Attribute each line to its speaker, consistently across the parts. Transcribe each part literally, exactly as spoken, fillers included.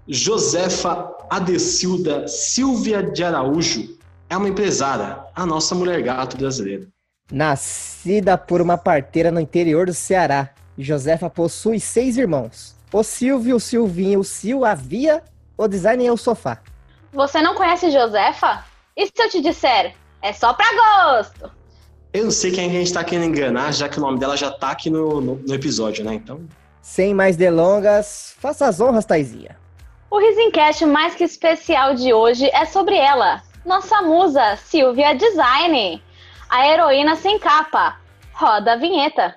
Speaker 1: Josefa Adecilda Silvia de Araújo é uma empresária, a nossa mulher gato brasileira.
Speaker 2: Nascida por uma parteira no interior do Ceará, Josefa possui seis irmãos. O Silvio, o Silvinho, o Sil, a Via, o Design e o Sofá.
Speaker 3: Você não conhece Josefa? E se eu te disser, é só pra gosto?
Speaker 1: Eu não sei quem a gente tá querendo enganar, já que o nome dela já tá aqui no, no, no episódio, né? Então...
Speaker 2: Sem mais delongas, faça as honras, Taizinha.
Speaker 3: O Risencast mais que especial de hoje é sobre ela, nossa musa, Silvia Design, a heroína sem capa. Roda a vinheta.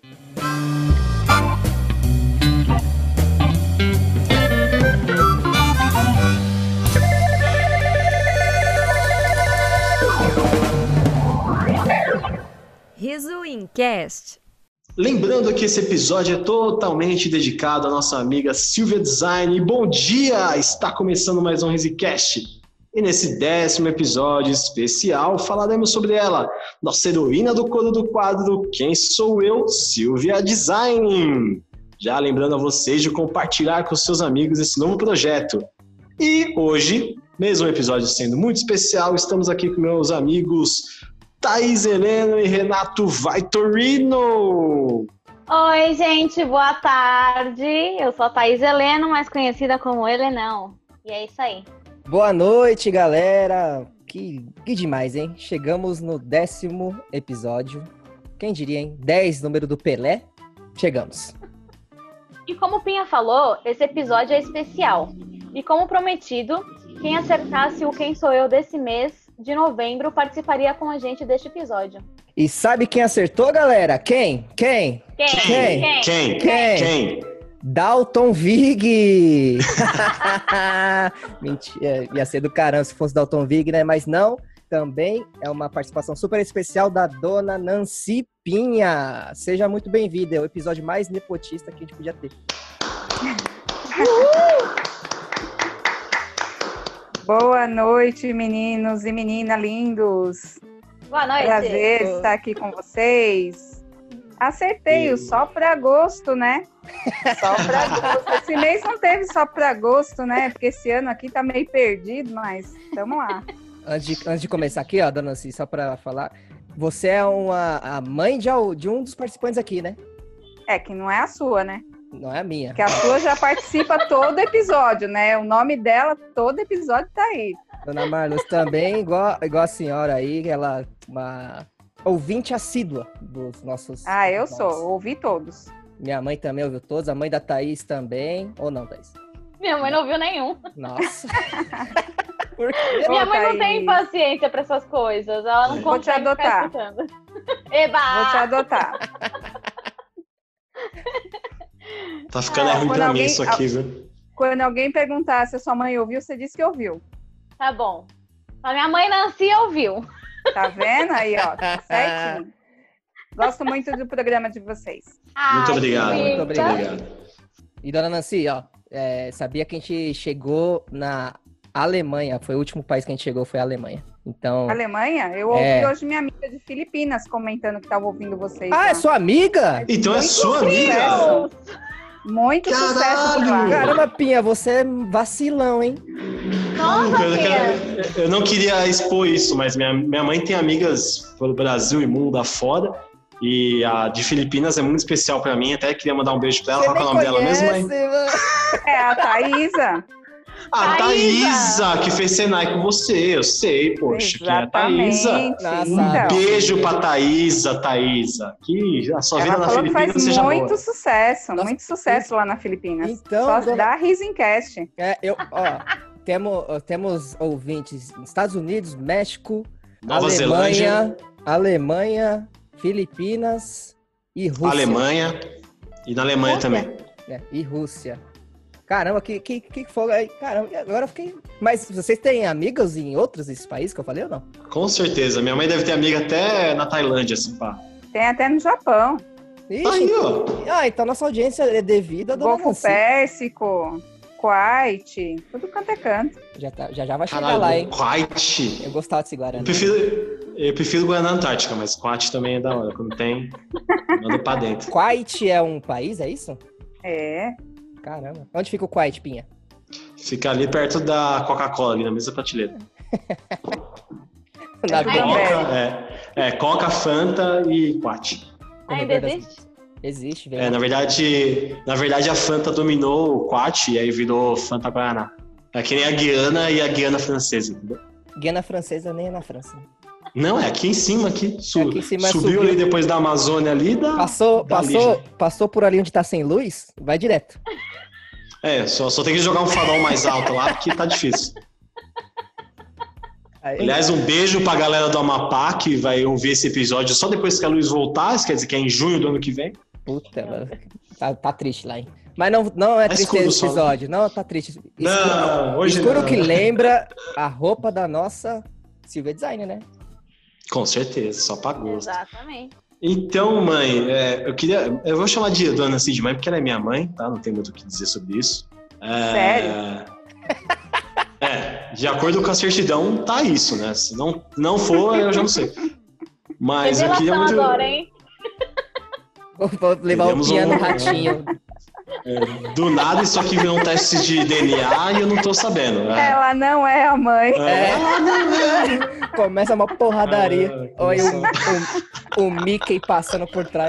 Speaker 4: Risencast.
Speaker 1: Lembrando que esse episódio é totalmente dedicado à nossa amiga Silvia Design. E bom dia! Está começando mais um Risencast. E nesse décimo episódio especial falaremos sobre ela, nossa heroína do coro do quadro Quem Sou Eu? Silvia Design. Já lembrando a vocês de compartilhar com seus amigos esse novo projeto. E hoje, mesmo o episódio sendo muito especial, estamos aqui com meus amigos Thaís Heleno e Renato Vaitorino.
Speaker 3: Oi, gente, boa tarde. Eu sou a Thaís Heleno, mais conhecida como Helenão. E é isso aí.
Speaker 2: Boa noite, galera. Que, que demais, hein? Chegamos no décimo episódio. Quem diria, hein? dez, número do Pelé. Chegamos.
Speaker 3: E como o Pinha falou, esse episódio é especial. E como prometido, quem acertasse o Quem Sou Eu desse mês de novembro participaria com a gente deste episódio.
Speaker 2: E sabe quem acertou, galera? Quem? Quem?
Speaker 3: Quem?
Speaker 1: Quem?
Speaker 3: Quem?
Speaker 1: Quem?
Speaker 2: Quem?
Speaker 1: Quem?
Speaker 2: Dalton Vig! Mentira, ia ser do caramba se fosse Dalton Vig, né? Mas não, também é uma participação super especial da dona Nancy Pinha. Seja muito bem-vinda, é o episódio mais nepotista que a gente podia ter.
Speaker 5: Boa noite, meninos e meninas lindos.
Speaker 3: Boa noite.
Speaker 5: Prazer estar aqui com vocês. Acertei, o só para agosto, né? Só para agosto. Esse mês não teve só para agosto, né? Porque esse ano aqui tá meio perdido, mas vamos lá.
Speaker 2: Antes de, antes de começar aqui, ó, dona Nancy, só para falar, você é uma, a mãe de, de um dos participantes aqui, né?
Speaker 5: É, que não é a sua, né?
Speaker 2: Não é a minha.
Speaker 5: Que a sua já participa todo episódio, né? O nome dela, todo episódio tá aí.
Speaker 2: Dona Marluz também, igual, igual a senhora aí, ela é uma ouvinte assídua dos nossos...
Speaker 5: Ah, eu
Speaker 2: nossos.
Speaker 5: sou, ouvi todos.
Speaker 2: Minha mãe também ouviu todos, a mãe da Thaís também. Ou não, Thaís?
Speaker 3: Minha mãe não ouviu nenhum.
Speaker 2: Nossa. Por quê?
Speaker 3: Minha
Speaker 5: Ô,
Speaker 3: mãe não
Speaker 5: Thaís.
Speaker 3: tem paciência para essas coisas. Ela não
Speaker 5: Vou te
Speaker 3: consegue ficar
Speaker 5: adotar.
Speaker 3: escutando. Eba!
Speaker 5: Vou te adotar.
Speaker 1: Tá ficando
Speaker 5: Ah,
Speaker 1: ruim
Speaker 5: quando
Speaker 1: pra
Speaker 5: alguém-
Speaker 1: mim isso aqui, viu?
Speaker 5: Quando alguém perguntar se a sua mãe ouviu, você disse que ouviu.
Speaker 3: Tá bom. A minha mãe Nancy ouviu.
Speaker 5: Tá vendo aí, ó? Tá certinho. Gosto muito do programa de vocês.
Speaker 1: Muito
Speaker 3: Ai,
Speaker 1: obrigado.
Speaker 3: que
Speaker 1: Muito
Speaker 3: bonita.
Speaker 1: obrigado.
Speaker 2: E dona Nancy, ó, é, sabia que a gente chegou na Alemanha, foi o último país que a gente chegou, foi a Alemanha. Então...
Speaker 5: Alemanha? Eu ouvi
Speaker 2: É.
Speaker 5: hoje minha amiga de Filipinas comentando que tava ouvindo vocês.
Speaker 2: Ah,
Speaker 5: lá.
Speaker 2: é sua amiga?
Speaker 1: Então é
Speaker 5: Muito
Speaker 1: sua amiga?
Speaker 5: sucesso. Muito
Speaker 1: Caralho!
Speaker 5: sucesso por lá.
Speaker 2: Caramba, Pinha, você é vacilão, hein?
Speaker 3: Nossa,
Speaker 1: eu, não
Speaker 3: Pinha.
Speaker 1: quero- eu não queria expor isso, mas minha, minha mãe tem amigas pelo Brasil e mundo afora. E a de Filipinas é muito especial pra mim. Até queria mandar um beijo pra ela.
Speaker 2: Você
Speaker 1: Qual que é o
Speaker 2: nem
Speaker 1: nome dela mesmo,
Speaker 2: conhece,
Speaker 1: mãe?
Speaker 2: mano.
Speaker 5: É a Thaísa.
Speaker 1: A
Speaker 3: Thaísa.
Speaker 1: Thaísa, que fez Senai com você. Eu sei, poxa, que é a Thaísa.
Speaker 5: Exatamente.
Speaker 2: Nossa,
Speaker 1: Um
Speaker 5: Então,
Speaker 1: beijo pra Thaísa, Thaísa. Que a sua vida
Speaker 5: ela
Speaker 1: na
Speaker 5: falou que
Speaker 1: Filipinas
Speaker 5: faz
Speaker 1: seja
Speaker 5: muito
Speaker 1: boa.
Speaker 5: sucesso,
Speaker 2: Nossa,
Speaker 5: muito sucesso lá na Filipinas.
Speaker 2: então,
Speaker 5: Só
Speaker 2: dona-
Speaker 5: dá Risencast.
Speaker 2: É, eu, ó, temos, ó, temos ouvintes nos Estados Unidos, México,
Speaker 1: Nova
Speaker 2: Alemanha,
Speaker 1: Zelândia,
Speaker 2: Alemanha, Filipinas e Rússia.
Speaker 1: Alemanha e na Alemanha
Speaker 5: Rússia?
Speaker 1: também.
Speaker 2: É, e Rússia. Caramba, que, que, que fogo aí. Caramba, agora eu fiquei... Mas vocês têm amigos em outros desses países que eu falei ou não?
Speaker 1: Com certeza. Minha mãe deve ter amiga até na Tailândia, assim, pá.
Speaker 5: Tem até no Japão.
Speaker 2: Ixi,
Speaker 1: Aí, ó.
Speaker 2: ah, então nossa audiência é devida à dona
Speaker 5: Golfo
Speaker 2: Nancy.
Speaker 5: Pérsico, Kuwait, tudo quanto é canto.
Speaker 2: Já, tá, já já vai chegar
Speaker 1: Caralho,
Speaker 2: lá, hein?
Speaker 1: Kuwait.
Speaker 2: Eu gostava desse
Speaker 1: Eu
Speaker 2: Guarani.
Speaker 1: prefiro, eu prefiro Guaraná Antártica, mas Kuwait também é da hora. Quando tem, manda pra dentro.
Speaker 2: Kuwait é um país, é isso?
Speaker 5: É.
Speaker 2: Caramba. Onde fica o Kuwait, Pinha?
Speaker 1: Fica ali perto da Coca-Cola, ali na mesma prateleira.
Speaker 2: Na
Speaker 1: É, Coca, é, é, Coca, Fanta e Quat.
Speaker 3: Ainda existe?
Speaker 2: Existe,
Speaker 1: É,
Speaker 2: velho.
Speaker 1: na verdade, na verdade, a Fanta dominou o Quat e aí virou Fanta Guaraná. É que nem a Guiana e a Guiana francesa, entendeu?
Speaker 2: Guiana francesa nem é na França.
Speaker 1: Não, é aqui em cima, aqui. Su-
Speaker 2: Aqui em cima
Speaker 1: subiu,
Speaker 2: subiu.
Speaker 1: ali depois da Amazônia ali, da,
Speaker 2: Passou,
Speaker 1: da
Speaker 2: passou,
Speaker 1: Lígia.
Speaker 2: passou por ali onde tá sem luz, vai direto.
Speaker 1: É, só, só tem que jogar um farol mais alto lá, porque tá difícil.
Speaker 2: Aí,
Speaker 1: Aliás, um beijo pra galera do Amapá, que vai ouvir esse episódio só depois que a luz voltar, isso quer dizer que é em junho do ano que vem.
Speaker 2: puta, mano, tá, tá triste lá, hein? Mas não, não é
Speaker 1: Tá
Speaker 2: triste
Speaker 1: escuro
Speaker 2: esse
Speaker 1: só, né?
Speaker 2: episódio, não, tá triste. Escuro,
Speaker 1: Não, hoje
Speaker 2: escuro
Speaker 1: não.
Speaker 2: que lembra a roupa da nossa Silvia Design, né?
Speaker 1: Com certeza, só pra gosto.
Speaker 3: Exatamente.
Speaker 1: Então, mãe, é, eu queria. Eu vou chamar de Dona Cid mãe, porque ela é minha mãe, tá? Não tem muito o que dizer sobre isso. É,
Speaker 5: Sério?
Speaker 1: É, de acordo com a certidão, tá isso, né? Se não, não for, eu já não sei. Mas eu queria
Speaker 3: Revelação
Speaker 1: muito.
Speaker 3: agora, hein?
Speaker 2: Vou, vou levar
Speaker 1: Teremos
Speaker 2: o piano
Speaker 1: um-
Speaker 2: ratinho.
Speaker 1: É, do nada, isso aqui virou um teste de D N A e eu não tô sabendo. É.
Speaker 5: Ela não é a mãe.
Speaker 1: É. Ah, não, é.
Speaker 2: Começa uma porradaria.
Speaker 1: Ah,
Speaker 2: Olha o,
Speaker 1: começou.
Speaker 2: o, o Mickey passando por trás.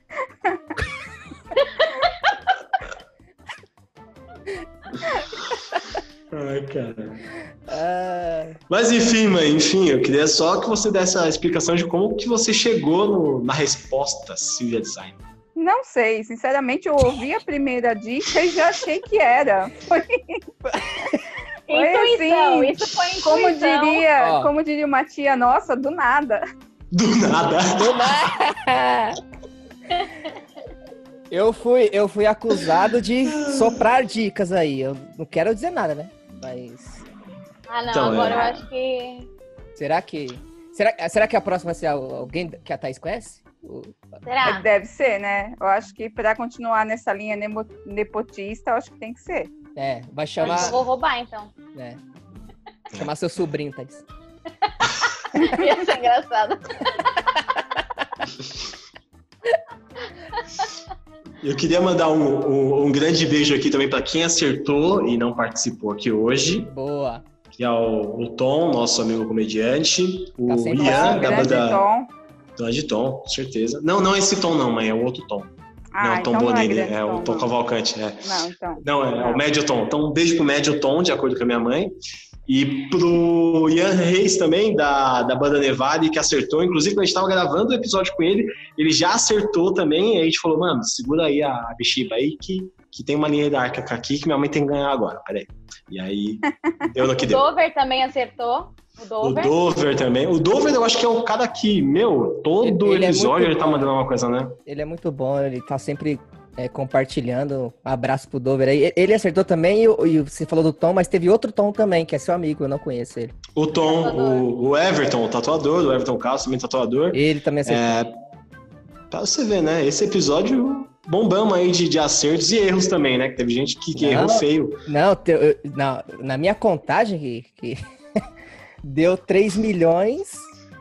Speaker 1: Ai, cara.
Speaker 2: Ah,
Speaker 1: Mas enfim, mãe, enfim, eu queria só que você desse a explicação de como que você chegou no- na resposta Silvia Design.
Speaker 5: Não sei, sinceramente, eu ouvi a primeira dica e já achei que era. Foi, foi
Speaker 3: Intuição,
Speaker 5: assim,
Speaker 3: isso foi intuição.
Speaker 5: como diria,
Speaker 2: Ó.
Speaker 5: como diria uma tia nossa, do nada.
Speaker 1: Do nada.
Speaker 2: do nada. Eu fui, eu fui acusado de soprar dicas aí. Eu não quero dizer nada, né? Mas
Speaker 3: Ah, não,
Speaker 1: Então,
Speaker 3: agora
Speaker 1: é.
Speaker 3: eu acho que...
Speaker 2: será que será, será que a próxima vai ser al- alguém que a Thaís conhece? O-
Speaker 3: Será?
Speaker 5: Deve ser, né? Eu acho que para continuar nessa linha nemo- nepotista, eu acho que tem que ser.
Speaker 2: É, vai
Speaker 3: Acho
Speaker 2: chamar,
Speaker 3: que eu vou roubar, então.
Speaker 2: né? Chamar seu sobrinho, Thaís.
Speaker 3: Ia ser engraçado.
Speaker 1: Eu queria mandar um, um- um grande beijo aqui também para quem acertou e não participou aqui hoje,
Speaker 2: Boa.
Speaker 1: que é o, o Tom, nosso amigo comediante, o
Speaker 2: Tá sempre
Speaker 1: Ian,
Speaker 2: assim,
Speaker 1: da
Speaker 5: Grande
Speaker 1: banda
Speaker 5: Tom.
Speaker 1: Tom de Tom, com certeza. Não, não esse Tom não, mãe, é o outro Tom.
Speaker 5: Ah,
Speaker 1: não, o Tom
Speaker 5: então não é
Speaker 1: Bonini,
Speaker 5: grande
Speaker 1: é, o Tom
Speaker 5: não.
Speaker 1: Cavalcante, é.
Speaker 5: Não, então.
Speaker 1: Não, é, é
Speaker 5: Não.
Speaker 1: o Médio Tom. Então, um beijo pro Médio Tom, de acordo com a minha mãe. E pro Ian Reis também, da, da banda Nevada, que acertou. Inclusive, quando a gente tava gravando o episódio com ele, ele já acertou também. E aí a gente falou, mano, segura aí a, a bexiba aí, que, que tem uma linha hierárquica aqui que minha mãe tem que ganhar agora. Peraí. E aí, deu no que
Speaker 3: O
Speaker 1: deu.
Speaker 3: Dover também acertou. O
Speaker 1: O
Speaker 3: Dover.
Speaker 1: Dover também. O Dover, eu acho que é o cara que, meu, todo
Speaker 2: Ele- ele é
Speaker 1: episódio
Speaker 2: muito
Speaker 1: ele tá
Speaker 2: bom.
Speaker 1: mandando uma coisa, né?
Speaker 2: Ele é muito bom, ele tá sempre é, compartilhando. Um abraço pro Dover aí. Ele acertou também, e, o- e você falou do Tom, mas teve outro Tom também, que é seu amigo, eu não conheço ele.
Speaker 1: O Tom,
Speaker 3: Tatuador.
Speaker 1: o, o Everton, o tatuador, o Everton Carlos, também tatuador.
Speaker 2: Ele também acertou.
Speaker 1: É, pra você ver, né? Esse episódio bombamos aí de, de acertos e erros também, né? Que teve gente que, que
Speaker 2: Não.
Speaker 1: errou feio.
Speaker 2: Não, te- eu- na, na minha contagem, que, que deu três milhões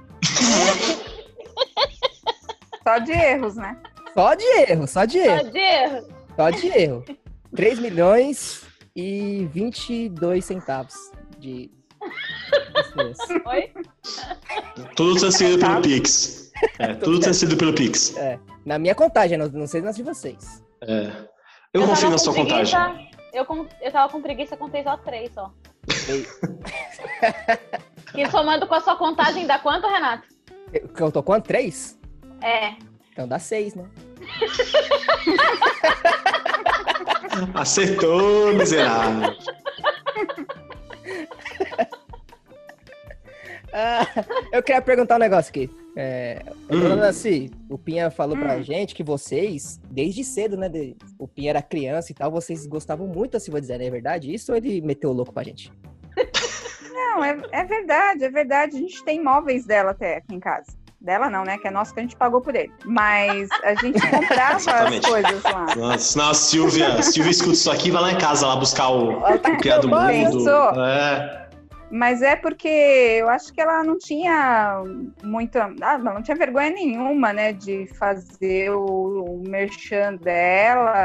Speaker 5: Só de erros, né?
Speaker 2: só de erro, só de erro,
Speaker 3: Só de erro.
Speaker 2: só de erro. três milhões e vinte e dois centavos de...
Speaker 3: Oi?
Speaker 1: Tudo transferido pelo Pix. É, tudo transferido pelo Pix.
Speaker 2: É, na minha contagem, não, não sei nas de vocês.
Speaker 1: É. Eu,
Speaker 3: tava
Speaker 1: confio na
Speaker 3: com
Speaker 1: sua
Speaker 3: preguiça-
Speaker 1: contagem.
Speaker 3: Eu, com- eu tava com preguiça, contei só três só.
Speaker 2: Ei,
Speaker 3: Que somando com a sua contagem dá quanto, Renato?
Speaker 2: eu, eu tô quanto? Três?
Speaker 3: É.
Speaker 2: Então dá seis, né?
Speaker 1: Acertou, miserável.
Speaker 2: Ah, eu queria perguntar um negócio aqui. É,
Speaker 1: Hum.
Speaker 2: dona Nancy, o Pinha falou pra
Speaker 5: Hum.
Speaker 2: gente que vocês, desde cedo, né? de- o Pinha era criança e tal, vocês gostavam muito da Silva Design, é verdade isso ou ele meteu o louco pra gente?
Speaker 5: Não, é, é verdade, é verdade. A gente tem móveis dela até aqui em casa. Dela não, né? Que é nosso que a gente pagou por ele. Mas a gente comprava as
Speaker 1: Exatamente.
Speaker 5: coisas lá.
Speaker 1: Nossa, não, a Silvia, a Silvia escuta isso aqui, vai lá em casa lá buscar o,
Speaker 2: Ela tá
Speaker 1: o criado
Speaker 2: com
Speaker 1: mundo.
Speaker 5: Pensou?
Speaker 1: É.
Speaker 5: Mas é porque eu acho que ela não tinha muita. Ah, ela não tinha vergonha nenhuma, né? De fazer o, o merchan dela.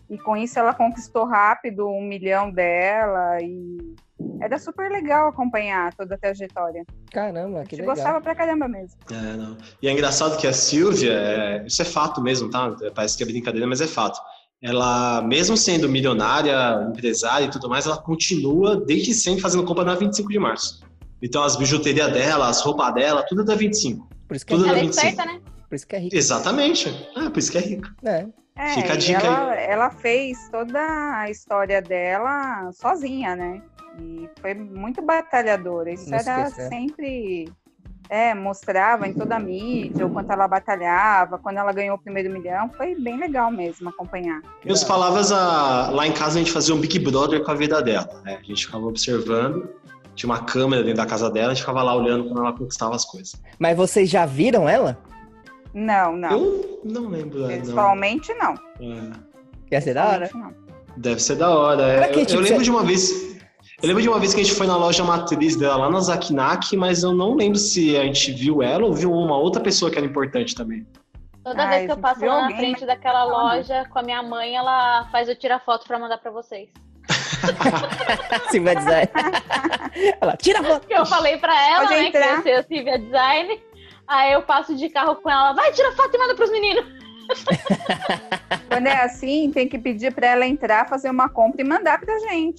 Speaker 5: E com isso ela conquistou rápido um milhão dela e era super legal acompanhar toda a trajetória.
Speaker 2: Caramba,
Speaker 5: A
Speaker 2: que
Speaker 5: gente
Speaker 2: legal.
Speaker 5: gostava pra caramba mesmo.
Speaker 1: É, não. E é engraçado que a Silvia, é, isso é fato mesmo, tá? Parece que é brincadeira, mas é fato. Ela, mesmo sendo milionária, empresária e tudo mais, ela continua desde sempre fazendo compra na vinte e cinco de março. Então as bijuterias dela, as roupas dela, tudo é da vinte e cinco.
Speaker 2: Por isso que é
Speaker 1: Tudo
Speaker 2: rico.
Speaker 1: da
Speaker 3: Ela é
Speaker 1: vinte e cinco.
Speaker 3: esperta, né?
Speaker 2: Por isso que é rico.
Speaker 1: Exatamente. Ah, por isso que é rica.
Speaker 2: É.
Speaker 5: É,
Speaker 1: Fica a
Speaker 5: e
Speaker 1: dica
Speaker 5: ela,
Speaker 1: aí.
Speaker 5: ela fez toda a história dela sozinha, né? E foi muito batalhadora. Isso
Speaker 2: Não
Speaker 5: era
Speaker 2: esquece, é.
Speaker 5: sempre... É, mostrava em toda a mídia o quanto ela batalhava, quando ela ganhou o primeiro milhão. Foi bem legal mesmo acompanhar.
Speaker 1: Em outras palavras, a- lá em casa a gente fazia um Big Brother com a vida dela, né? A gente ficava observando, tinha uma câmera dentro da casa dela, a gente ficava lá olhando como ela conquistava as coisas.
Speaker 2: Mas vocês já viram ela?
Speaker 5: Não, não.
Speaker 1: Eu não lembro, é, não.
Speaker 5: Pessoalmente, não.
Speaker 1: É,
Speaker 2: Quer ser da hora?
Speaker 5: Pessoalmente, não.
Speaker 1: deve ser da hora. é.
Speaker 2: Pra que,
Speaker 1: Eu,
Speaker 2: tipo,
Speaker 1: eu lembro
Speaker 2: você-
Speaker 1: de uma vez... Eu lembro de uma vez que a gente foi na loja matriz dela, lá na Zakinak, mas eu não lembro se a gente viu ela ou viu uma outra pessoa que era importante também.
Speaker 3: Toda
Speaker 5: Ai,
Speaker 3: vez que eu
Speaker 5: gente,
Speaker 3: passo
Speaker 5: viu
Speaker 3: lá na
Speaker 5: alguém,
Speaker 3: frente
Speaker 5: mas
Speaker 3: daquela
Speaker 5: não fala nada.
Speaker 3: loja com a minha mãe, ela faz eu tirar foto pra mandar pra vocês.
Speaker 2: Silvia Design. Ela, tira a foto.
Speaker 3: Porque eu falei pra ela,
Speaker 5: Pode
Speaker 3: né, que
Speaker 5: entrar.
Speaker 3: ia ser a Silvia Design. Aí eu passo de carro com ela, vai, tira foto e manda pros meninos.
Speaker 5: Quando é assim, tem que pedir pra ela entrar, fazer uma compra e mandar pra gente.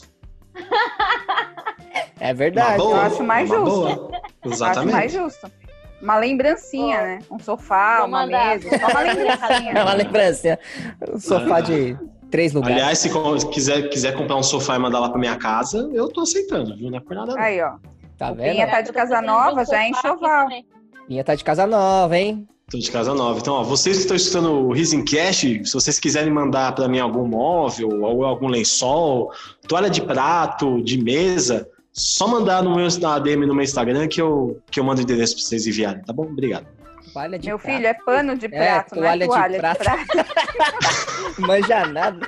Speaker 2: É verdade.
Speaker 1: Uma boa,
Speaker 5: eu acho mais
Speaker 1: uma
Speaker 5: justo.
Speaker 1: boa.
Speaker 5: Acho
Speaker 1: Exatamente.
Speaker 5: mais justo. Uma lembrancinha,
Speaker 3: Vou-
Speaker 5: né? Um sofá,
Speaker 3: vou
Speaker 5: uma
Speaker 3: mandar.
Speaker 5: mesa. Só uma
Speaker 2: É
Speaker 5: lembrancinha.
Speaker 2: uma lembrança. Um sofá de três lugares.
Speaker 1: Aliás, se co- quiser, quiser comprar um sofá e mandar lá pra minha casa, eu tô aceitando, viu? Não é por nada não.
Speaker 5: Aí, ó.
Speaker 2: Tá
Speaker 5: o
Speaker 2: vendo?
Speaker 5: Pinha tá
Speaker 3: Eu
Speaker 5: de
Speaker 3: tô
Speaker 5: casa
Speaker 3: precisando
Speaker 5: nova,
Speaker 3: de um
Speaker 5: já é
Speaker 3: sofá aqui
Speaker 5: enxoval.
Speaker 3: também.
Speaker 2: Pinha tá de casa nova, hein?
Speaker 1: Tô de casa nova. Então, ó, vocês que estão escutando o Risencast, se vocês quiserem mandar pra mim algum móvel, ou algum lençol, toalha de prato, de mesa, só mandar no meu na D M no meu Instagram que eu, que eu mando o endereço pra vocês enviarem, tá bom? Obrigado.
Speaker 2: Toalha de
Speaker 5: Meu
Speaker 2: prato.
Speaker 5: filho, é pano de prato, não é
Speaker 2: toalha de
Speaker 5: toalha de
Speaker 2: prato.
Speaker 5: prato.
Speaker 2: Manja nada.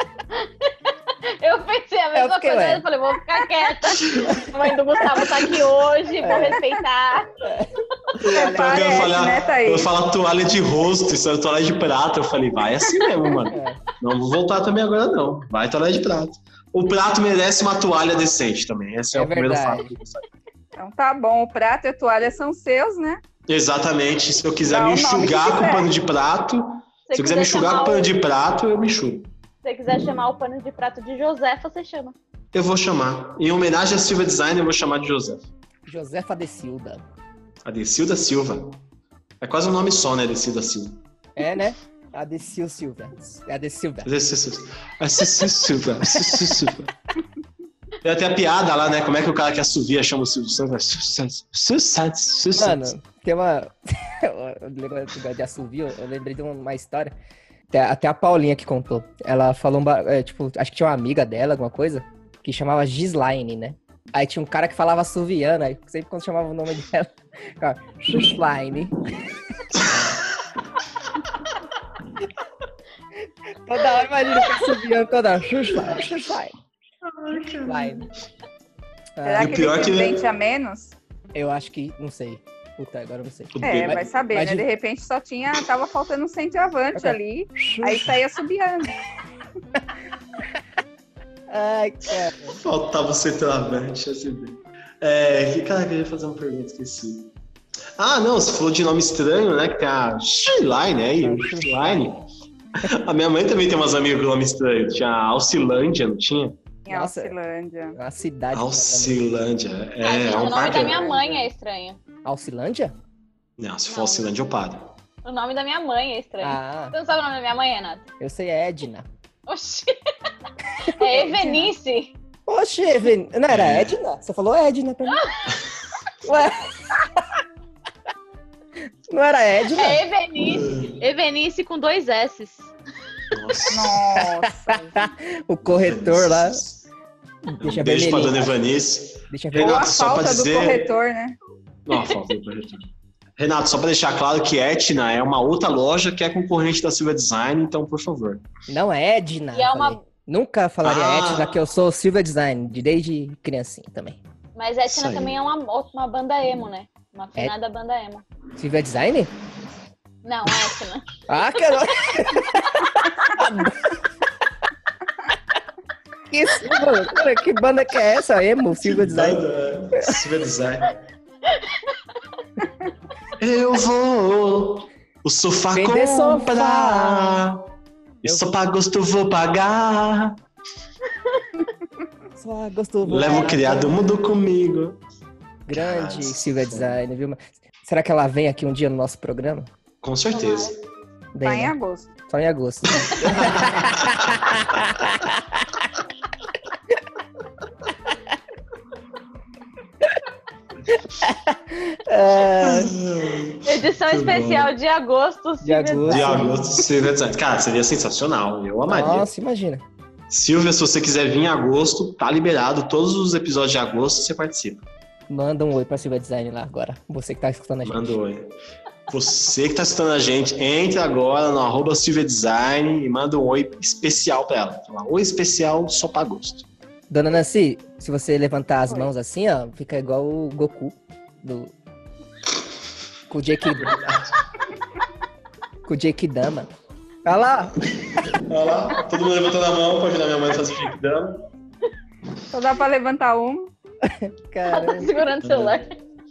Speaker 3: Eu pensei a
Speaker 2: Eu
Speaker 3: mesma
Speaker 2: fiquei,
Speaker 3: coisa,
Speaker 2: ué.
Speaker 3: eu falei, vou ficar quieta. A mãe do Gustavo tá aqui hoje, vou
Speaker 2: É.
Speaker 3: respeitar.
Speaker 1: Então,
Speaker 5: Parece,
Speaker 1: eu falei,
Speaker 5: né,
Speaker 1: eu
Speaker 5: Thaís?
Speaker 1: falar toalha de rosto, isso é toalha de prato. Eu falei, vai assim mesmo, mano.
Speaker 2: É.
Speaker 1: Não vou voltar também agora, não. Vai toalha de prato. O prato merece uma toalha decente também. Esse é,
Speaker 2: É
Speaker 1: o primeiro
Speaker 2: verdade.
Speaker 1: fato. que eu gostaria.
Speaker 5: Então tá bom, o prato e a toalha são seus, né?
Speaker 1: Exatamente. Se eu quiser
Speaker 5: Dá
Speaker 1: me
Speaker 5: o nome que
Speaker 1: enxugar com
Speaker 5: quiser.
Speaker 1: pano de prato,
Speaker 3: Se
Speaker 1: se eu quiser me enxugar
Speaker 3: chamar
Speaker 1: com pano
Speaker 3: o-
Speaker 1: de prato, eu me enxugo.
Speaker 3: Se você quiser chamar o pano de prato de Josefa, você chama.
Speaker 1: Eu vou chamar. Em homenagem a Silva Design, eu vou chamar de José.
Speaker 2: Josefa Decilda.
Speaker 1: Adecilda Silva. É quase um nome só, né? Adecilda Silva.
Speaker 2: É, né? A Decil Silva. É a Decilda.
Speaker 1: Adecilda Silva. Adecilda Silva. Tem até a piada lá, né? Como é que o cara que assovia chama o Silvio Santos? Sucesso.
Speaker 2: Mano, tem uma. Eu lembro de assovio, eu lembrei de uma história. Até, até a Paulinha que contou. Ela falou, um ba- é, tipo, acho que tinha uma amiga dela, alguma coisa, que chamava Gislaine, né? Aí tinha um cara que falava assoviando, aí sempre quando chamava o nome dela, ficava Gislaine. Toda hora, imagina que assoviando toda hora. Gislaine, Gislaine. Gislaine.
Speaker 5: Será
Speaker 1: E o
Speaker 5: que
Speaker 1: pior
Speaker 5: ele
Speaker 1: que-
Speaker 5: tem dente a menos?
Speaker 2: Eu acho que, não sei. Puta, agora eu não sei.
Speaker 5: É,
Speaker 2: Mas-
Speaker 5: vai saber,
Speaker 2: mas
Speaker 5: né?
Speaker 2: de-
Speaker 5: De repente só tinha, tava faltando um centroavante
Speaker 2: Ok.
Speaker 5: ali, aí saía subiando.
Speaker 2: Ai, cara.
Speaker 1: Faltava o centroavante, assim. É, que cara, eu queria fazer uma pergunta, esqueci. Ah, não, você falou de nome estranho, né? Que tem a Shyline aí, o Shyline. A minha mãe também tem umas amigas com nome estranho. Tinha a Alcilândia, não tinha?
Speaker 5: Em
Speaker 2: Nossa.
Speaker 5: Alcilândia.
Speaker 2: É uma cidade.
Speaker 1: Alcilândia. É,
Speaker 3: Ah,
Speaker 1: é
Speaker 3: o
Speaker 1: um
Speaker 3: nome
Speaker 1: parque.
Speaker 3: da minha mãe é estranho.
Speaker 2: Alcilândia?
Speaker 1: Não, se for
Speaker 3: Não.
Speaker 1: Alcilândia, eu paro.
Speaker 3: O nome da minha mãe é estranho.
Speaker 2: Ah,
Speaker 3: Você não sabe o nome da minha mãe, Renato?
Speaker 2: eu sei, é Edna.
Speaker 3: Oxi. É Evenice.
Speaker 2: Oxe, Even... não era Edna? Você falou Edna pra mim. Ué? Não era Edna?
Speaker 3: É Evenice. Evenice com dois S's.
Speaker 1: Nossa.
Speaker 5: Nossa.
Speaker 2: O corretor lá. Deixa
Speaker 1: Um beijo pra
Speaker 2: vermelhinho.
Speaker 1: dona Evanice.
Speaker 2: Deixa
Speaker 5: Ou
Speaker 2: vermelho.
Speaker 5: a
Speaker 1: Renato, só pra
Speaker 5: falta do
Speaker 1: dizer-
Speaker 5: corretor, né?
Speaker 1: Não, falta do corretor. Renato, só pra deixar claro que Etna é uma outra loja que é concorrente da Silva Design, então, por favor.
Speaker 2: Não é Edna.
Speaker 3: E é uma-
Speaker 2: falei. Nunca falaria
Speaker 1: Ah.
Speaker 2: Edna, que eu sou Silvia Design, de- desde criancinha também.
Speaker 3: Mas
Speaker 1: Isso
Speaker 3: Etna
Speaker 1: aí.
Speaker 3: também é uma, uma banda emo, né? Uma afinada banda emo.
Speaker 2: Silvia Design?
Speaker 3: Não, Etna.
Speaker 2: Ah, cara. Que isso, mano? Cara, que banda que é essa? Emo, Silva Design.
Speaker 1: Banda, Silva Design. Eu vou o sofá
Speaker 2: Vender
Speaker 1: comprar.
Speaker 2: sofá.
Speaker 1: E só pra gosto vou pagar.
Speaker 2: Só gostou.
Speaker 1: Leva o criado mudo comigo.
Speaker 2: Grande
Speaker 1: Nossa.
Speaker 2: Silva Design, viu? Será que ela vem aqui um dia no nosso programa?
Speaker 1: Com certeza.
Speaker 2: Bem,
Speaker 5: Tá em
Speaker 2: né?
Speaker 5: agosto.
Speaker 2: Só em agosto. É,
Speaker 3: Edição
Speaker 1: Muito
Speaker 3: especial de agosto.
Speaker 2: De agosto.
Speaker 1: De agosto, Silvia Design. Cara, seria sensacional. Eu amaria.
Speaker 2: nossa, imagina.
Speaker 1: Silvia, se você quiser vir em agosto, tá liberado. Todos os episódios de agosto você participa.
Speaker 2: Manda um oi pra Silva Design lá agora. Você que tá escutando a gente.
Speaker 1: Manda um oi. Você que tá assistindo a gente, entre agora no arroba Silvia Design e manda um oi especial pra ela. Fala, oi especial só pra gosto.
Speaker 2: Dona Nancy, se você levantar as
Speaker 5: Oi.
Speaker 2: mãos assim, ó, fica igual o Goku do... com o Jake... com o Jake Dama. Olha lá!
Speaker 1: Olha lá, todo mundo levantando a mão pra ajudar minha mãe a fazer o que dando.
Speaker 5: Só dá pra levantar um.
Speaker 3: Ela tá
Speaker 2: Caramba.
Speaker 3: segurando o celular.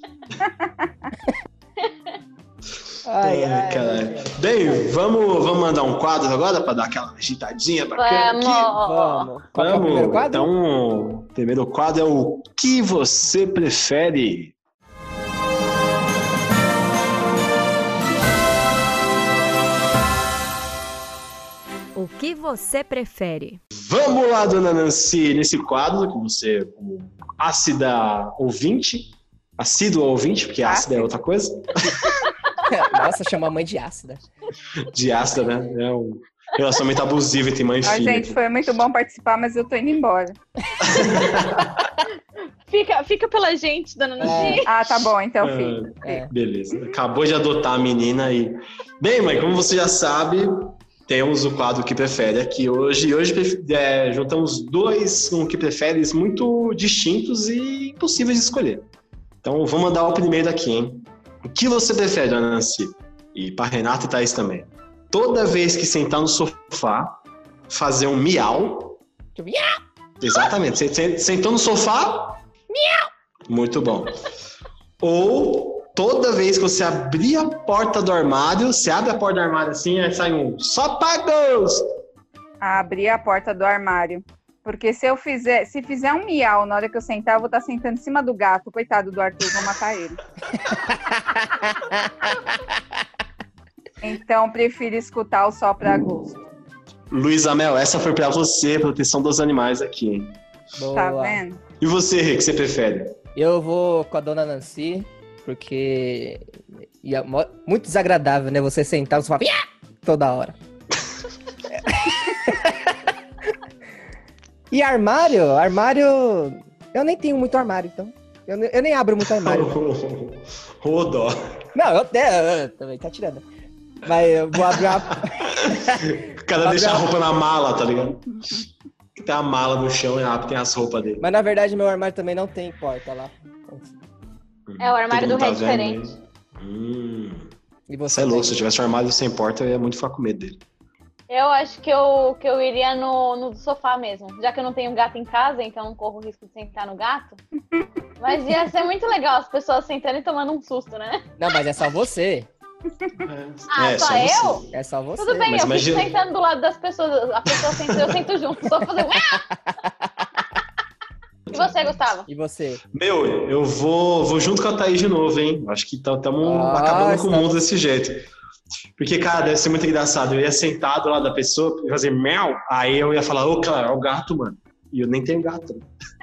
Speaker 2: Ai, ai.
Speaker 1: Caralho. Bem, vamos, vamos mandar um quadro agora pra dar aquela agitadinha bacana
Speaker 3: Vamos.
Speaker 1: aqui?
Speaker 2: Vamos. Qual que é o primeiro quadro?
Speaker 1: Então, o primeiro quadro é o que você prefere?
Speaker 4: O que você prefere?
Speaker 1: Vamos lá, dona Nancy, nesse quadro que você, como ácida ouvinte, assídua ouvinte, porque ácida é outra coisa,
Speaker 2: Nossa, chama a mãe de ácida.
Speaker 1: de ácida, né? É um relacionamento abusivo entre mãe e
Speaker 5: Ó,
Speaker 1: filha.
Speaker 5: gente, foi muito bom participar, mas eu tô indo embora.
Speaker 3: Fica, fica pela gente, dona Nancy.
Speaker 5: Ah, tá bom, então,
Speaker 1: Ah,
Speaker 5: filho.
Speaker 2: É.
Speaker 1: Beleza. Acabou de adotar a menina aí. Bem, mãe, como você já sabe, temos o quadro que prefere aqui hoje. E hoje é, juntamos dois um que preferes muito distintos e impossíveis de escolher. Então vou mandar o primeiro aqui, hein? O que você prefere, dona Nancy? E para Renata e Thaís também. Toda vez que sentar no sofá, fazer um miau.
Speaker 2: Miau!
Speaker 1: Exatamente. Você sentou no sofá? Miau! Muito bom. Ou toda vez que você abrir a porta do armário, você abre a porta do armário assim, aí sai um só pra gosto.
Speaker 5: Abrir a porta do armário. Porque se eu fizer, se fizer um miau na hora que eu sentar, eu vou estar sentando em cima do gato. Coitado do Arthur, vou matar ele. Então, prefiro escutar o só pra gosto.
Speaker 1: Luiz Amel, essa foi pra você, proteção dos animais aqui, hein?
Speaker 2: Boa.
Speaker 5: Tá vendo?
Speaker 1: E você, Rê, o que você prefere?
Speaker 2: Eu vou com a dona Nancy, porque é mo- muito desagradável, né? Você sentar no sofá "Miau!" toda hora. E armário? Armário... Eu nem tenho muito armário, então. Eu, ne- eu nem abro muito armário.
Speaker 1: Ô, dó.
Speaker 2: Não, eu, eu, eu também tá tirando. Mas eu vou abrir uma...
Speaker 1: O cara deixa a roupa na mala, tá ligado? Tem a mala no chão e abre, tem as roupas dele.
Speaker 2: Mas na verdade meu armário também não tem porta lá.
Speaker 3: É, o armário
Speaker 1: Todo
Speaker 3: do
Speaker 1: mundo
Speaker 3: Rei é
Speaker 1: vendo
Speaker 3: diferente.
Speaker 1: aí. Hum.
Speaker 2: E
Speaker 1: Você
Speaker 2: você
Speaker 1: é louco,
Speaker 2: tem?
Speaker 1: se eu tivesse um armário sem porta, eu ia muito ficar com medo dele.
Speaker 3: Eu acho que eu, que eu iria no, no sofá mesmo. Já que eu não tenho gato em casa, então não corro o risco de sentar no gato. Mas ia ser muito legal as pessoas sentando e tomando um susto, né?
Speaker 2: Não, mas é só você.
Speaker 3: Ah,
Speaker 1: É,
Speaker 3: só,
Speaker 1: só
Speaker 3: eu?
Speaker 1: você.
Speaker 2: É só você.
Speaker 3: Tudo bem,
Speaker 1: Mas
Speaker 3: eu
Speaker 1: imagina-
Speaker 3: fico sentando do lado das pessoas. A pessoa senta, eu sento junto. Só fazer. E você, Gustavo?
Speaker 2: E você?
Speaker 1: Meu, eu vou, vou junto com a Thaís de novo, hein? Acho que estamos
Speaker 2: Ah,
Speaker 1: acabando com o
Speaker 2: está-
Speaker 1: mundo desse jeito. Porque, cara, deve ser muito engraçado. Eu ia sentar do lado da pessoa e fazer mel, aí eu ia falar, ô, cara, é o gato, mano. E eu nem tenho gato.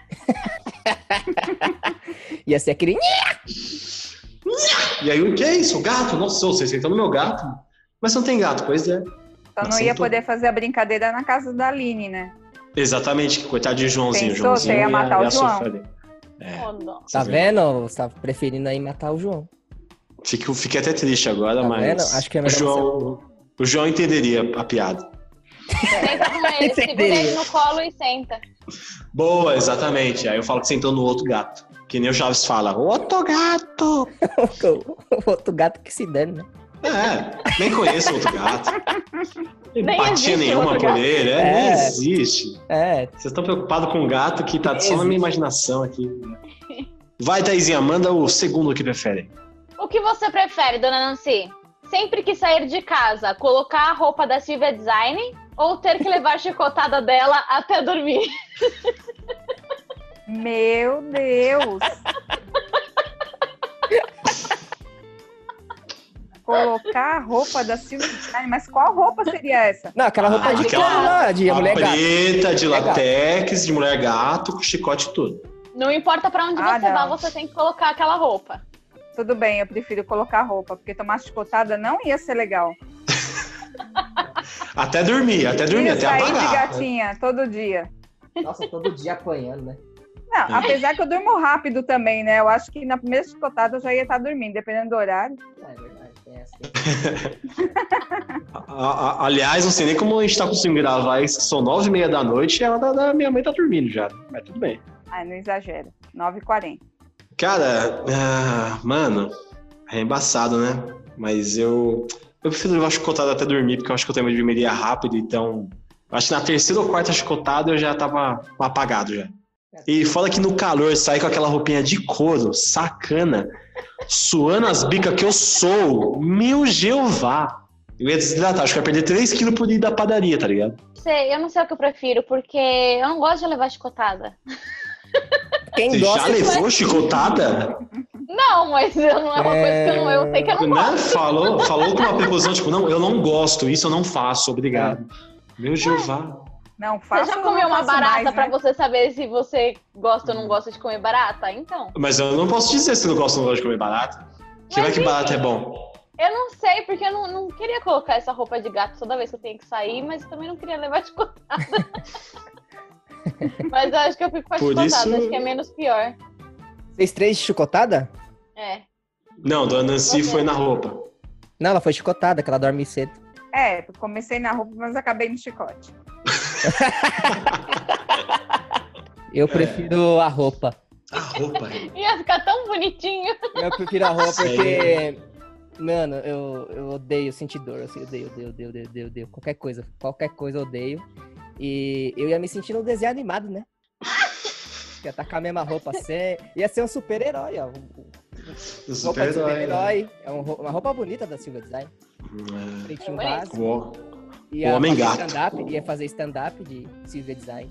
Speaker 2: Ia ser aquele...
Speaker 1: E aí, o que é isso? O gato? Nossa, você sentou no meu gato? Mas você não tem gato, pois é.
Speaker 5: Só
Speaker 1: Mas
Speaker 5: não ia
Speaker 1: sentou.
Speaker 5: poder fazer a brincadeira na casa da Aline, né?
Speaker 1: Exatamente, coitado de Joãozinho.
Speaker 5: Pensou?
Speaker 1: Joãozinho
Speaker 5: Você ia matar o João.
Speaker 1: sofrer. É,
Speaker 3: Oh, não.
Speaker 2: Tá
Speaker 1: vocês
Speaker 2: vendo? Você tá preferindo aí matar o João.
Speaker 1: Fico, fiquei até triste agora,
Speaker 2: Tá
Speaker 1: mas
Speaker 2: vendo? Acho que é
Speaker 1: o,
Speaker 2: melhor
Speaker 1: João, o João entenderia a piada.
Speaker 3: Senta com ele, segura ele no colo e senta.
Speaker 1: Boa, exatamente. Aí eu falo que sentou no outro gato. Que nem o Chaves fala, outro gato!
Speaker 2: O outro gato que se dane, né?
Speaker 1: É, nem conheço outro gato.
Speaker 3: Nem
Speaker 1: Empatia
Speaker 3: existe
Speaker 1: nenhuma
Speaker 3: outro
Speaker 1: por
Speaker 3: gato.
Speaker 1: ele, é,
Speaker 2: É.
Speaker 1: nem existe.
Speaker 2: É,
Speaker 1: Vocês estão preocupados com um gato que tá só na minha
Speaker 2: Existe.
Speaker 1: imaginação aqui. Vai, Thaisinha, manda o segundo que prefere.
Speaker 3: O que você prefere, dona Nancy? Sempre que sair de casa, colocar a roupa da Silvia Design ou ter que levar chicotada dela até dormir?
Speaker 5: Meu Deus! Colocar a roupa da Silvia Design, mas qual roupa seria essa?
Speaker 2: não, aquela roupa
Speaker 1: Ah,
Speaker 2: de
Speaker 1: aquela-
Speaker 2: couro lá, de
Speaker 1: A
Speaker 2: mulher gata.
Speaker 1: preta, de
Speaker 2: Mulher gato.
Speaker 1: latex, de mulher gato, com chicote e tudo.
Speaker 3: Não importa pra onde
Speaker 5: Ah,
Speaker 3: você vá,
Speaker 5: não.
Speaker 3: você tem que colocar aquela roupa.
Speaker 5: Tudo bem, eu prefiro colocar roupa, porque tomar chicotada não ia ser legal.
Speaker 1: Até dormir, até dormir,
Speaker 5: Ia
Speaker 1: até
Speaker 5: sair de
Speaker 1: apagar.
Speaker 5: gatinha todo dia.
Speaker 2: Nossa, todo dia apanhando, né?
Speaker 5: Não, apesar que eu durmo rápido também, né? Eu acho que na primeira chicotada eu já ia estar dormindo, dependendo do horário.
Speaker 2: É verdade, tem essa.
Speaker 1: A- a- Aliás, não sei nem como a gente tá conseguindo gravar isso, que são nove e meia da noite e a hora da minha mãe tá dormindo já. Mas tudo bem.
Speaker 5: Ai, não exagera. nove e quarenta.
Speaker 1: Cara, ah, mano, é embaçado, né? Mas eu, eu prefiro levar chicotada até dormir, porque eu acho que eu também dormiria rápido, então... Acho que na terceira ou quarta chicotada eu já tava apagado já. E fora que no calor sair com aquela roupinha de couro, sacana, suando as bicas que eu sou, meu Jeová. Eu ia desidratar, acho que eu ia perder três quilos por ir da padaria, tá ligado?
Speaker 3: Sei, eu não sei o que eu prefiro, porque eu não gosto de levar chicotada.
Speaker 2: Quem
Speaker 1: Você
Speaker 2: gosta
Speaker 1: já levou chicotada?
Speaker 3: Não, mas eu não é uma coisa que eu não, eu sei que eu não
Speaker 1: Né?
Speaker 3: gosto.
Speaker 1: Falou, falou com uma preposição, tipo, não, eu não gosto, isso eu não faço, obrigado. Meu Jeová.
Speaker 5: Não,
Speaker 3: Você
Speaker 5: faço
Speaker 3: já
Speaker 5: ou
Speaker 3: comeu
Speaker 5: não
Speaker 3: uma
Speaker 5: faço
Speaker 3: barata
Speaker 5: mais,
Speaker 3: pra
Speaker 5: né?
Speaker 3: você saber se você gosta ou não gosta de comer barata? Então.
Speaker 1: Mas eu não posso dizer se eu gosto ou não gosto de comer barata. Que vai
Speaker 3: Mas,
Speaker 1: que barata é
Speaker 3: enfim.
Speaker 1: bom.
Speaker 3: Eu não sei, porque eu não, não queria colocar essa roupa de gato toda vez que eu tenho que sair, mas também não queria levar chicotada. Mas eu acho que eu fico com a
Speaker 1: Por
Speaker 3: chicotada,
Speaker 1: isso-
Speaker 3: acho que é menos pior.
Speaker 2: Vocês três de chicotada?
Speaker 3: É.
Speaker 1: Não, dona Nancy
Speaker 3: Você.
Speaker 1: foi na roupa.
Speaker 2: Não, ela foi chicotada, que ela dorme cedo.
Speaker 5: É, comecei na roupa, mas acabei no chicote.
Speaker 2: Eu prefiro a roupa.
Speaker 1: A roupa.
Speaker 3: Ia ficar tão bonitinho.
Speaker 2: Eu prefiro a roupa
Speaker 1: Sério?
Speaker 2: porque, mano, eu, eu odeio sentir dor, assim, eu odeio, odeio, odeio, odeio, odeio, odeio. Qualquer coisa, qualquer coisa eu odeio. E eu ia me sentir no desenho animado, né? Ia estar com a mesma roupa assim, ia ser um super-herói, ó. Um-
Speaker 1: O
Speaker 2: um- Roupa de
Speaker 1: super-herói. né?
Speaker 2: super-herói. É um ro- uma roupa bonita da Silvia Design.
Speaker 1: É.
Speaker 2: Pretinho
Speaker 3: É bonito.
Speaker 2: básico.
Speaker 1: O-
Speaker 2: Ia
Speaker 1: o homem
Speaker 2: fazer
Speaker 1: gato.
Speaker 2: stand-up, ia fazer stand-up de Silvia Design.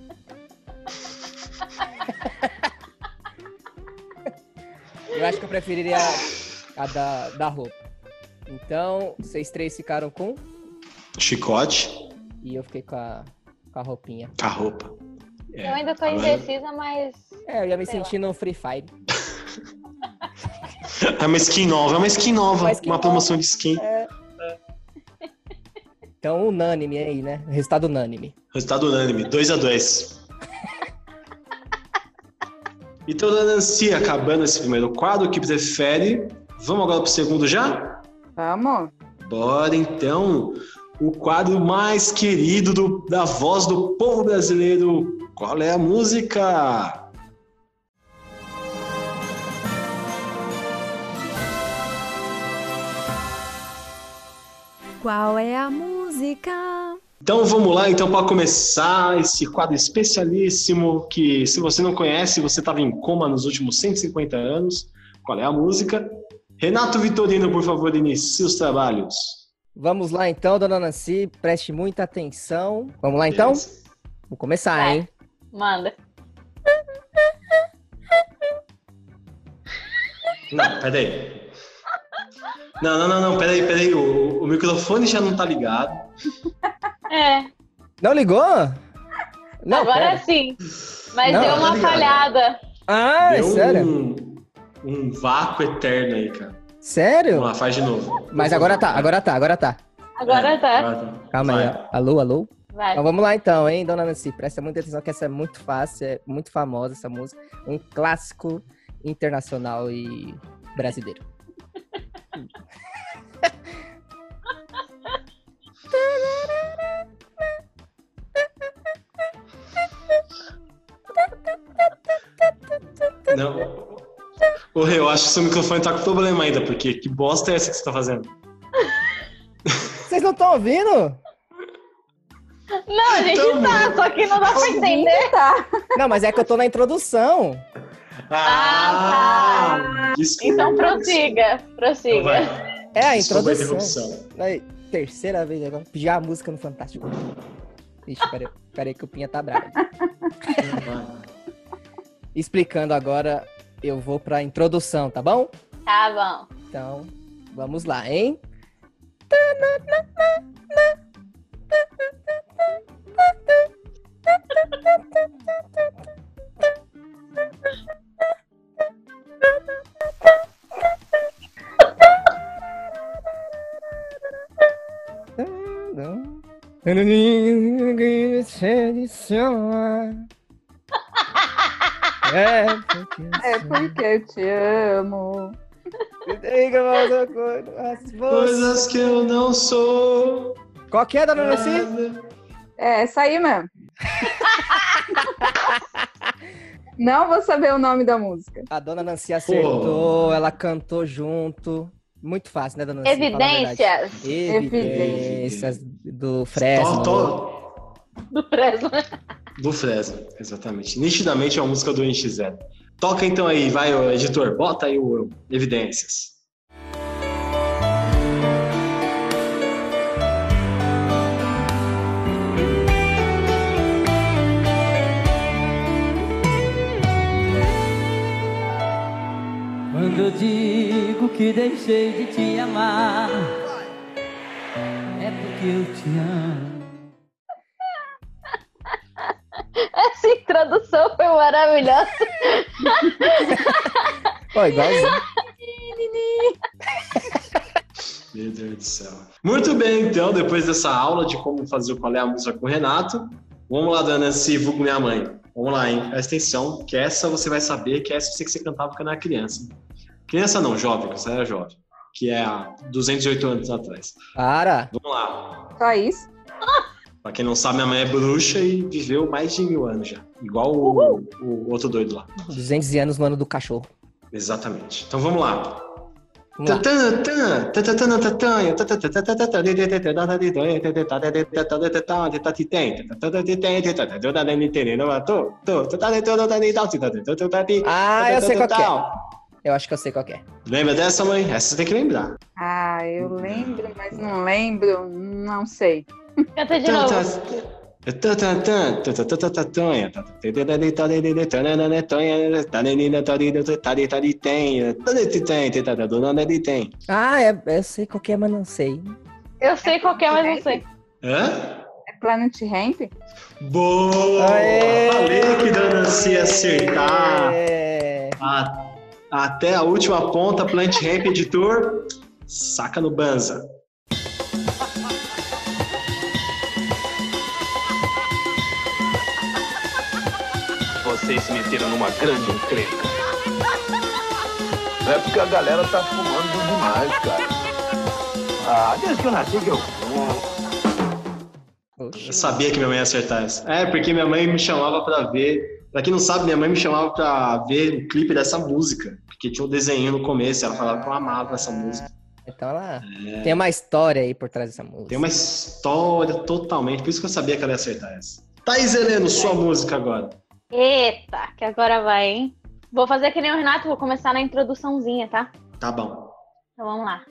Speaker 2: Eu acho que eu preferiria a da, da roupa. Então, vocês três ficaram com
Speaker 1: Chicote
Speaker 2: e eu fiquei com a, com a roupinha.
Speaker 1: com a roupa. É,
Speaker 3: Eu ainda tô
Speaker 1: agora-
Speaker 3: indecisa, mas.
Speaker 2: É, eu ia me
Speaker 3: Sei lá.
Speaker 2: sentir no Free Fire.
Speaker 1: É uma skin nova, é uma skin nova.
Speaker 2: Uma skin
Speaker 1: uma
Speaker 2: nova.
Speaker 1: promoção de skin.
Speaker 2: Então, unânime aí, né? Resultado unânime.
Speaker 1: Resultado unânime, dois a dois. Então, dona Nancy, acabando esse primeiro quadro, o que prefere? Vamos agora pro segundo já?
Speaker 5: Vamos?
Speaker 1: Bora então. O quadro mais querido do- da voz do povo brasileiro. Qual é a música?
Speaker 4: Qual é a música?
Speaker 1: Então vamos lá, então, para começar esse quadro especialíssimo que, se você não conhece, você estava em coma nos últimos cento e cinquenta anos. Qual é a música? Renato Vitorino, por favor, inicie os trabalhos.
Speaker 2: Vamos lá então, dona Nancy, preste muita atenção. Vamos lá então?
Speaker 1: Beleza.
Speaker 2: Vamos começar,
Speaker 3: Vai.
Speaker 2: hein?
Speaker 3: Manda.
Speaker 1: Não, peraí. Não, não, não, não, peraí, peraí. O, o microfone já não tá ligado.
Speaker 3: É,
Speaker 2: Não ligou? Não,
Speaker 3: agora
Speaker 2: pera.
Speaker 3: sim. Mas
Speaker 2: Não,
Speaker 3: deu
Speaker 1: tá
Speaker 3: uma
Speaker 1: ligado.
Speaker 3: falhada.
Speaker 2: Ah, é
Speaker 1: Deu
Speaker 2: sério?
Speaker 1: um, um vácuo eterno aí, cara.
Speaker 2: Sério?
Speaker 1: Vamos lá, faz de novo.
Speaker 2: Mas agora tá, agora tá, agora tá.
Speaker 3: Agora
Speaker 1: É,
Speaker 3: tá.
Speaker 1: agora tá.
Speaker 2: Calma
Speaker 1: Vai.
Speaker 2: aí, ó. Alô, alô?
Speaker 3: Vai.
Speaker 2: Então vamos lá então, hein, dona Nancy? Presta muita atenção que essa é muito fácil, é muito famosa essa música. Um clássico internacional e brasileiro.
Speaker 1: Não. Ô, Rê, eu acho que seu microfone tá com problema ainda, porque que bosta é essa que você tá fazendo?
Speaker 2: Vocês não estão ouvindo?
Speaker 3: Não, a gente
Speaker 1: Então,
Speaker 3: tá, só que não dá pra entender.
Speaker 5: Tá.
Speaker 2: Não, mas é que eu tô na introdução.
Speaker 1: Ah, desculpa.
Speaker 3: Então prossiga,
Speaker 1: Então
Speaker 3: prossiga.
Speaker 1: vai.
Speaker 2: É a
Speaker 1: Desculpa a
Speaker 2: introdução.
Speaker 1: interrupção.
Speaker 2: Aí, terceira vez agora. Pedir a música no Fantástico. Ixi, peraí, peraí que o Pinha tá bravo.
Speaker 1: Vai.
Speaker 2: Explicando agora, eu vou pra introdução, tá bom?
Speaker 3: Tá bom.
Speaker 2: Então, vamos lá, hein? É
Speaker 5: É porque eu te amo.
Speaker 1: Coisas que eu não sou.
Speaker 2: Qual que é, dona Nancy?
Speaker 5: É, essa aí mesmo. Não vou saber o nome da música.
Speaker 2: A dona Nancy acertou, ela cantou junto. Muito fácil, né, dona Nancy? Fala a verdade.
Speaker 3: Evidências
Speaker 2: Evidências do Fresno.
Speaker 1: Tó, tó.
Speaker 3: do Fresno.
Speaker 1: Do Fresno, exatamente. Nitidamente é uma música do N X Zero. Toca então aí, vai, o editor, bota aí o Evidências.
Speaker 6: Quando eu digo que deixei de te amar, é porque eu te amo.
Speaker 3: Essa introdução foi maravilhosa.
Speaker 2: Pô, igualzinho.
Speaker 1: Meu Deus do céu. Muito bem, então, depois dessa aula de como fazer o Qual é a Música com o Renato, vamos lá, dona Nancy, vulgo minha mãe. Vamos lá, hein? Presta atenção, que essa você vai saber, que essa eu sei que você cantava quando era criança. Criança não, jovem, você era jovem. Que é há duzentos e oito anos atrás.
Speaker 2: Para.
Speaker 1: Vamos lá.
Speaker 5: Só isso?
Speaker 1: Pra quem não sabe, minha mãe é bruxa e viveu mais de mil anos já. Igual o, o outro doido lá.
Speaker 2: duzentos anos no ano do cachorro.
Speaker 1: Exatamente. Então vamos lá.
Speaker 2: Vamos lá. Ah, eu sei qual que é. Eu acho que eu sei qual que é.
Speaker 1: Lembra dessa, mãe? Essa você tem que lembrar.
Speaker 5: Ah, eu lembro, mas não lembro. Não sei.
Speaker 3: Canta de novo.
Speaker 2: Ah, é, eu sei qual que é, mas não sei.
Speaker 3: Eu sei qual que é, mas não sei.
Speaker 1: Hã?
Speaker 5: É Planet Ramp?
Speaker 1: Boa!
Speaker 2: Aê!
Speaker 1: Falei que dona Nancy ia acertar.
Speaker 2: É.
Speaker 1: A- Até a última ponta, Plant Ramp editor, saca no banza.
Speaker 7: Vocês se meteram numa grande encrenca. É porque a galera tá fumando demais, cara. Ah, desde que eu nasci que eu fumo.
Speaker 1: Eu sabia que minha mãe ia acertar essa. É, porque minha mãe me chamava pra ver. Pra quem não sabe, minha mãe me chamava pra ver o clipe dessa música. Porque tinha um desenho no começo, ela falava que eu amava essa música.
Speaker 2: Então ela tem uma história aí por trás dessa música.
Speaker 1: Tem uma história totalmente, por isso que eu sabia que ela ia acertar essa. Thaís Heleno, sua música agora.
Speaker 3: Eita, que agora vai, hein? Vou fazer que nem o Renato, vou começar na introduçãozinha, tá?
Speaker 1: Tá bom.
Speaker 3: Então vamos lá.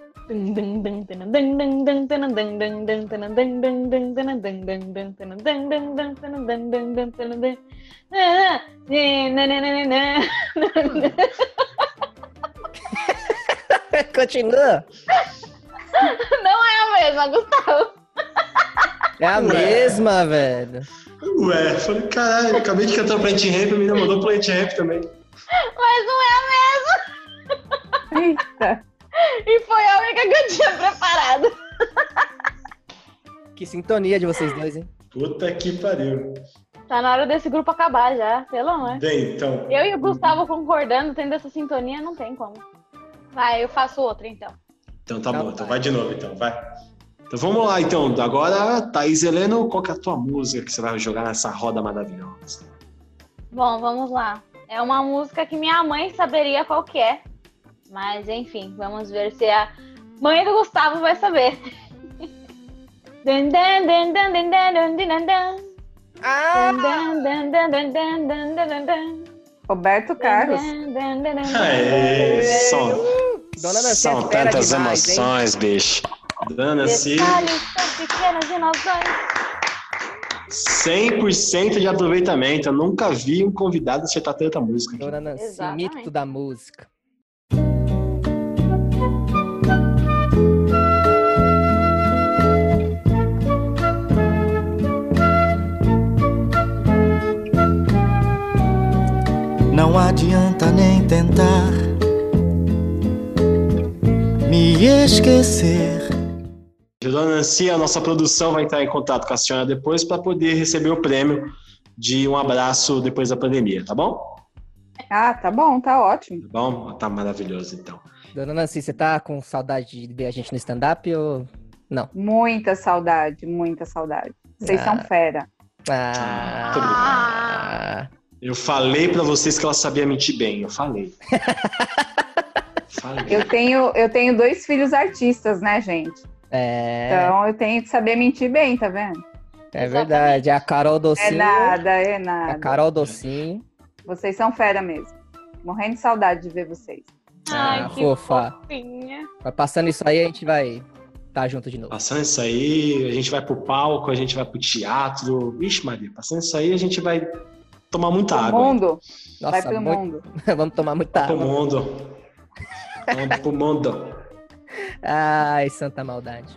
Speaker 2: Continua.
Speaker 3: Não é a mesma, Gustavo.
Speaker 2: É a
Speaker 1: Ué.
Speaker 2: mesma, velho.
Speaker 1: Ué, falei, caralho, acabei de cantar Plant Ramp, a menina mandou Plant Ramp também.
Speaker 3: Mas não é a mesma.
Speaker 5: Eita.
Speaker 3: E foi a única que eu tinha preparado.
Speaker 2: Que sintonia de vocês dois, hein?
Speaker 1: Puta que pariu.
Speaker 3: Tá na hora desse grupo acabar já, pelo amor.
Speaker 1: Bem, então.
Speaker 3: Eu e o Gustavo concordando, tendo essa sintonia, não tem como. Vai, eu faço outra então.
Speaker 1: Então tá
Speaker 2: Não,
Speaker 1: bom, então
Speaker 2: vai.
Speaker 1: vai de novo, então, vai. Então vamos lá, então. Agora, Thaís Heleno, qual que é a tua música que você vai jogar nessa roda maravilhosa?
Speaker 3: Bom, vamos lá. É uma música que minha mãe saberia qual que é. Mas enfim, vamos ver se a mãe do Gustavo vai saber. Dan, dan, dan, dan, dan, dan, dan, dan, dan.
Speaker 2: Ah!
Speaker 3: Dan, dan, dan, dan, dan, dan, dan, dan, dan.
Speaker 5: Roberto Carlos.
Speaker 3: Dan, dan, dan, dan, dan.
Speaker 1: Aê, são,
Speaker 2: Dona Nancy
Speaker 1: são
Speaker 2: é fera
Speaker 1: tantas
Speaker 2: demais, hein?
Speaker 1: emoções, bicho. Dona Nancy,
Speaker 3: Detalhes tão pequenos e noções.
Speaker 1: cem por cento de aproveitamento. Eu nunca vi um convidado acertar tanta música. aqui.
Speaker 2: Dona Nancy,
Speaker 3: Exatamente.
Speaker 2: mito da música.
Speaker 8: Não adianta nem tentar me esquecer.
Speaker 1: Dona Nancy, a nossa produção vai entrar em contato com a senhora depois para poder receber o prêmio de um abraço depois da pandemia, tá bom?
Speaker 5: Ah, tá bom, tá ótimo.
Speaker 1: Tá bom? Tá maravilhoso, então.
Speaker 2: Dona Nancy, você tá com saudade de ver a gente no stand-up ou não?
Speaker 5: Muita saudade, muita saudade. Vocês
Speaker 2: Ah.
Speaker 5: são fera.
Speaker 2: Ah,
Speaker 3: Ah.
Speaker 1: Eu falei para vocês que ela sabia mentir bem. Eu falei. falei.
Speaker 5: Eu tenho, eu tenho dois filhos artistas, né, gente?
Speaker 2: é,
Speaker 5: Então eu tenho que saber mentir bem, tá vendo?
Speaker 2: é verdade. A Carol
Speaker 5: É
Speaker 2: Docinho.
Speaker 5: nada, é
Speaker 2: A
Speaker 5: nada.
Speaker 2: Carol Docinho.
Speaker 5: Vocês são fera mesmo. Morrendo de saudade de ver vocês.
Speaker 3: Ai,
Speaker 2: Ah,
Speaker 3: que
Speaker 2: fofa.
Speaker 3: fofinha.
Speaker 2: Vai passando isso aí, a gente vai estar junto de novo.
Speaker 1: Passando isso aí, a gente vai pro palco, a gente vai pro teatro. Ixi, Maria, passando isso aí, a gente vai tomar muita
Speaker 5: O
Speaker 1: água. hein?
Speaker 5: mundo, vai
Speaker 2: Nossa,
Speaker 5: pro
Speaker 2: muito-
Speaker 5: mundo.
Speaker 2: vamos tomar muita
Speaker 1: Pro
Speaker 2: água.
Speaker 1: mundo. Vamos pro mundo.
Speaker 2: Ai, santa maldade.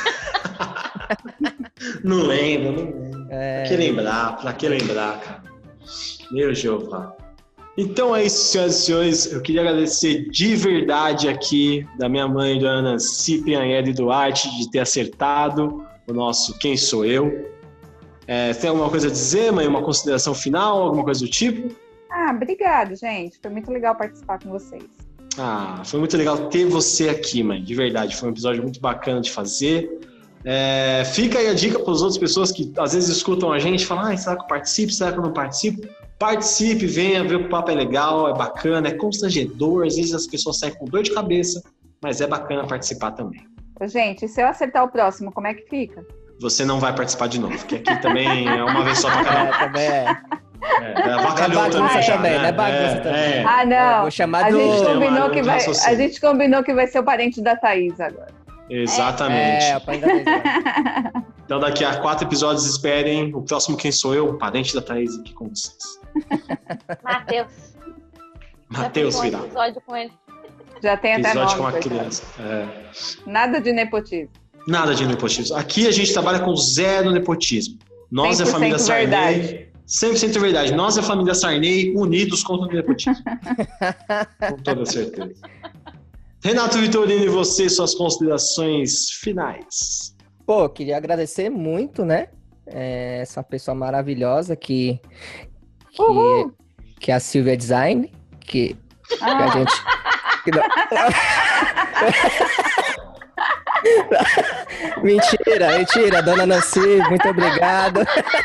Speaker 1: Não lembro, não lembro.
Speaker 2: É,
Speaker 1: Pra que lembrar? Pra que lembrar, cara? Meu Jeová. Então é isso, senhoras e senhores. Eu queria agradecer de verdade aqui da minha mãe, Dona Nancy Pinhanelli Duarte, de ter acertado o nosso Quem Sou Eu. É, tem alguma coisa a dizer, mãe? Uma consideração final, alguma coisa do tipo?
Speaker 5: Ah, obrigado, gente. Foi muito legal participar com vocês.
Speaker 1: Ah, foi muito legal ter você aqui, mãe. De verdade, foi um episódio muito bacana de fazer. É, fica aí a dica para as outras pessoas que às vezes escutam a gente e falam: ah, será que eu participo? Será que eu não participo? Participe, venha ver, o papo é legal, é bacana, é constrangedor. Às vezes as pessoas saem com dor de cabeça, mas é bacana participar também.
Speaker 5: Ô, gente, e se eu acertar o próximo, como é que fica?
Speaker 1: Você não vai participar de novo, porque aqui também é uma vez só pra
Speaker 2: é,
Speaker 1: cada
Speaker 2: também é.
Speaker 1: É, é avacalhou
Speaker 2: É bagunça
Speaker 1: também,
Speaker 2: também,
Speaker 1: né?
Speaker 2: não é bagunça
Speaker 1: É,
Speaker 2: também.
Speaker 1: é.
Speaker 5: Ah, não.
Speaker 2: Vou chamar
Speaker 5: A
Speaker 2: do...
Speaker 5: gente
Speaker 1: Tem
Speaker 5: combinou
Speaker 1: uma-
Speaker 5: que
Speaker 1: um
Speaker 5: vai, a
Speaker 1: raciocínio.
Speaker 5: gente combinou que vai ser o parente da Thaís agora.
Speaker 1: Exatamente.
Speaker 2: É, o pai da vez, né?
Speaker 1: Então, daqui a quatro episódios, esperem o próximo Quem Sou Eu, parente da Thaís aqui com vocês.
Speaker 3: Matheus.
Speaker 1: Matheus
Speaker 3: Já fiz um
Speaker 1: virá.
Speaker 3: episódio com ele.
Speaker 5: Já tem até
Speaker 1: Episódio
Speaker 5: nome.
Speaker 1: com uma
Speaker 5: coitado.
Speaker 1: criança. É.
Speaker 5: Nada de nepotismo.
Speaker 1: Nada de nepotismo. Aqui a gente trabalha com zero nepotismo. Nós é a
Speaker 5: cem por
Speaker 1: família
Speaker 5: cento
Speaker 1: Sarney.
Speaker 5: verdade.
Speaker 1: cem por cento verdade. Nós é a família Sarney unidos contra o nepotismo. Com toda certeza. Renato Vitorino, e você, suas considerações finais.
Speaker 2: Pô, eu queria agradecer muito, né? É, essa pessoa maravilhosa que, que,
Speaker 5: Uhul.
Speaker 2: que é a Silvia Design, que, que a
Speaker 5: Ah,
Speaker 2: gente... que não- Mentira, mentira, dona Nancy, muito obrigado.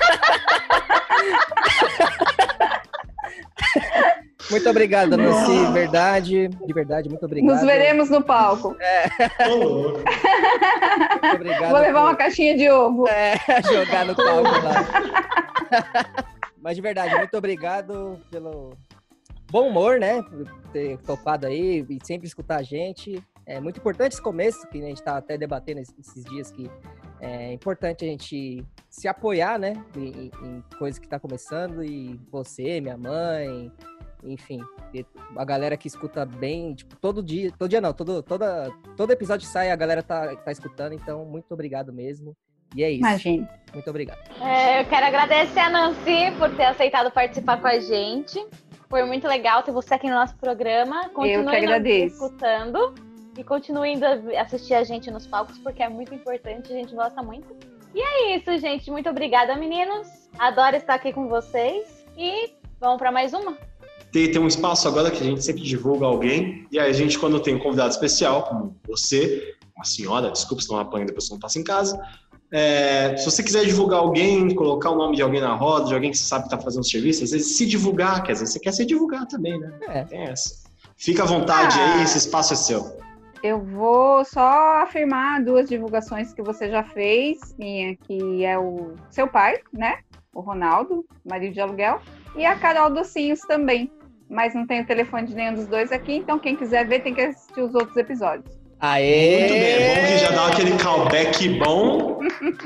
Speaker 2: Muito obrigado, dona Nancy, verdade, de verdade, muito obrigado.
Speaker 5: nos veremos no palco.
Speaker 1: Ô, louco.
Speaker 2: Muito obrigado.
Speaker 5: Vou levar
Speaker 2: por-
Speaker 5: uma caixinha de ovo.
Speaker 2: É, jogar no palco lá. Mas de verdade, muito obrigado pelo bom humor, né? Por ter topado aí e sempre escutar a gente. É muito importante esse começo, que a gente tá até debatendo esses dias, que é importante a gente se apoiar, né? Em, em coisas que tá começando, e você, minha mãe, enfim, e a galera que escuta bem, tipo, todo dia, todo dia não, todo, toda, todo episódio que sai, a galera tá, tá escutando, então muito obrigado mesmo. E é isso.
Speaker 5: Imagina.
Speaker 2: Muito obrigado.
Speaker 3: É, eu quero agradecer a Nancy por ter aceitado participar com a gente. Foi muito legal ter você aqui no nosso programa. Continue
Speaker 5: que agradeço.
Speaker 3: nos escutando e continue indo a- assistir a gente nos palcos, porque é muito importante, a gente gosta muito. E é isso, gente. Muito obrigada, meninos. Adoro estar aqui com vocês. E vamos para mais uma?
Speaker 1: Tem, tem um espaço agora que a gente sempre divulga alguém, e aí a gente, quando tem um convidado especial, como você, uma senhora, desculpa se não apanha, depois você não passa em casa, é, se você quiser divulgar alguém, colocar o nome de alguém na roda, de alguém que você sabe que está fazendo serviço, às vezes se divulgar, quer dizer, você quer se divulgar também, né?
Speaker 2: É.
Speaker 1: Tem essa. Fica à vontade
Speaker 5: Ah.
Speaker 1: aí, esse espaço é seu.
Speaker 5: Eu vou só afirmar duas divulgações que você já fez, minha, que é o seu pai, né? O Ronaldo, marido de aluguel, e a Carol Docinhos também. Mas não tem o telefone de nenhum dos dois aqui, então quem quiser ver tem que assistir os outros episódios.
Speaker 2: Aê!
Speaker 1: Muito bem, é bom que já dá aquele callback bom.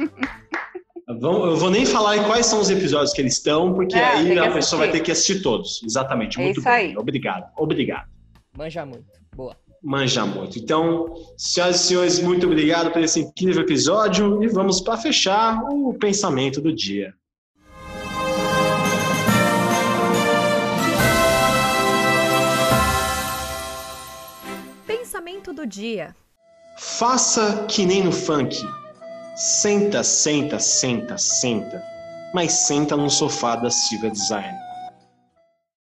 Speaker 1: Eu vou nem falar em quais são os episódios que eles estão, porque
Speaker 5: É,
Speaker 1: aí
Speaker 5: tem que
Speaker 1: a pessoa vai
Speaker 5: assistir.
Speaker 1: ter que assistir todos. Exatamente,
Speaker 5: É
Speaker 1: muito
Speaker 5: isso
Speaker 1: bem.
Speaker 5: aí.
Speaker 1: Obrigado, obrigado.
Speaker 2: Manja muito. Boa.
Speaker 1: Manja muito. Então, senhoras e senhores, muito obrigado por esse incrível episódio e vamos para fechar o pensamento do dia.
Speaker 4: Pensamento do dia.
Speaker 1: Faça que nem no funk. Senta, senta, senta, senta. Mas senta no sofá da Silvia Design.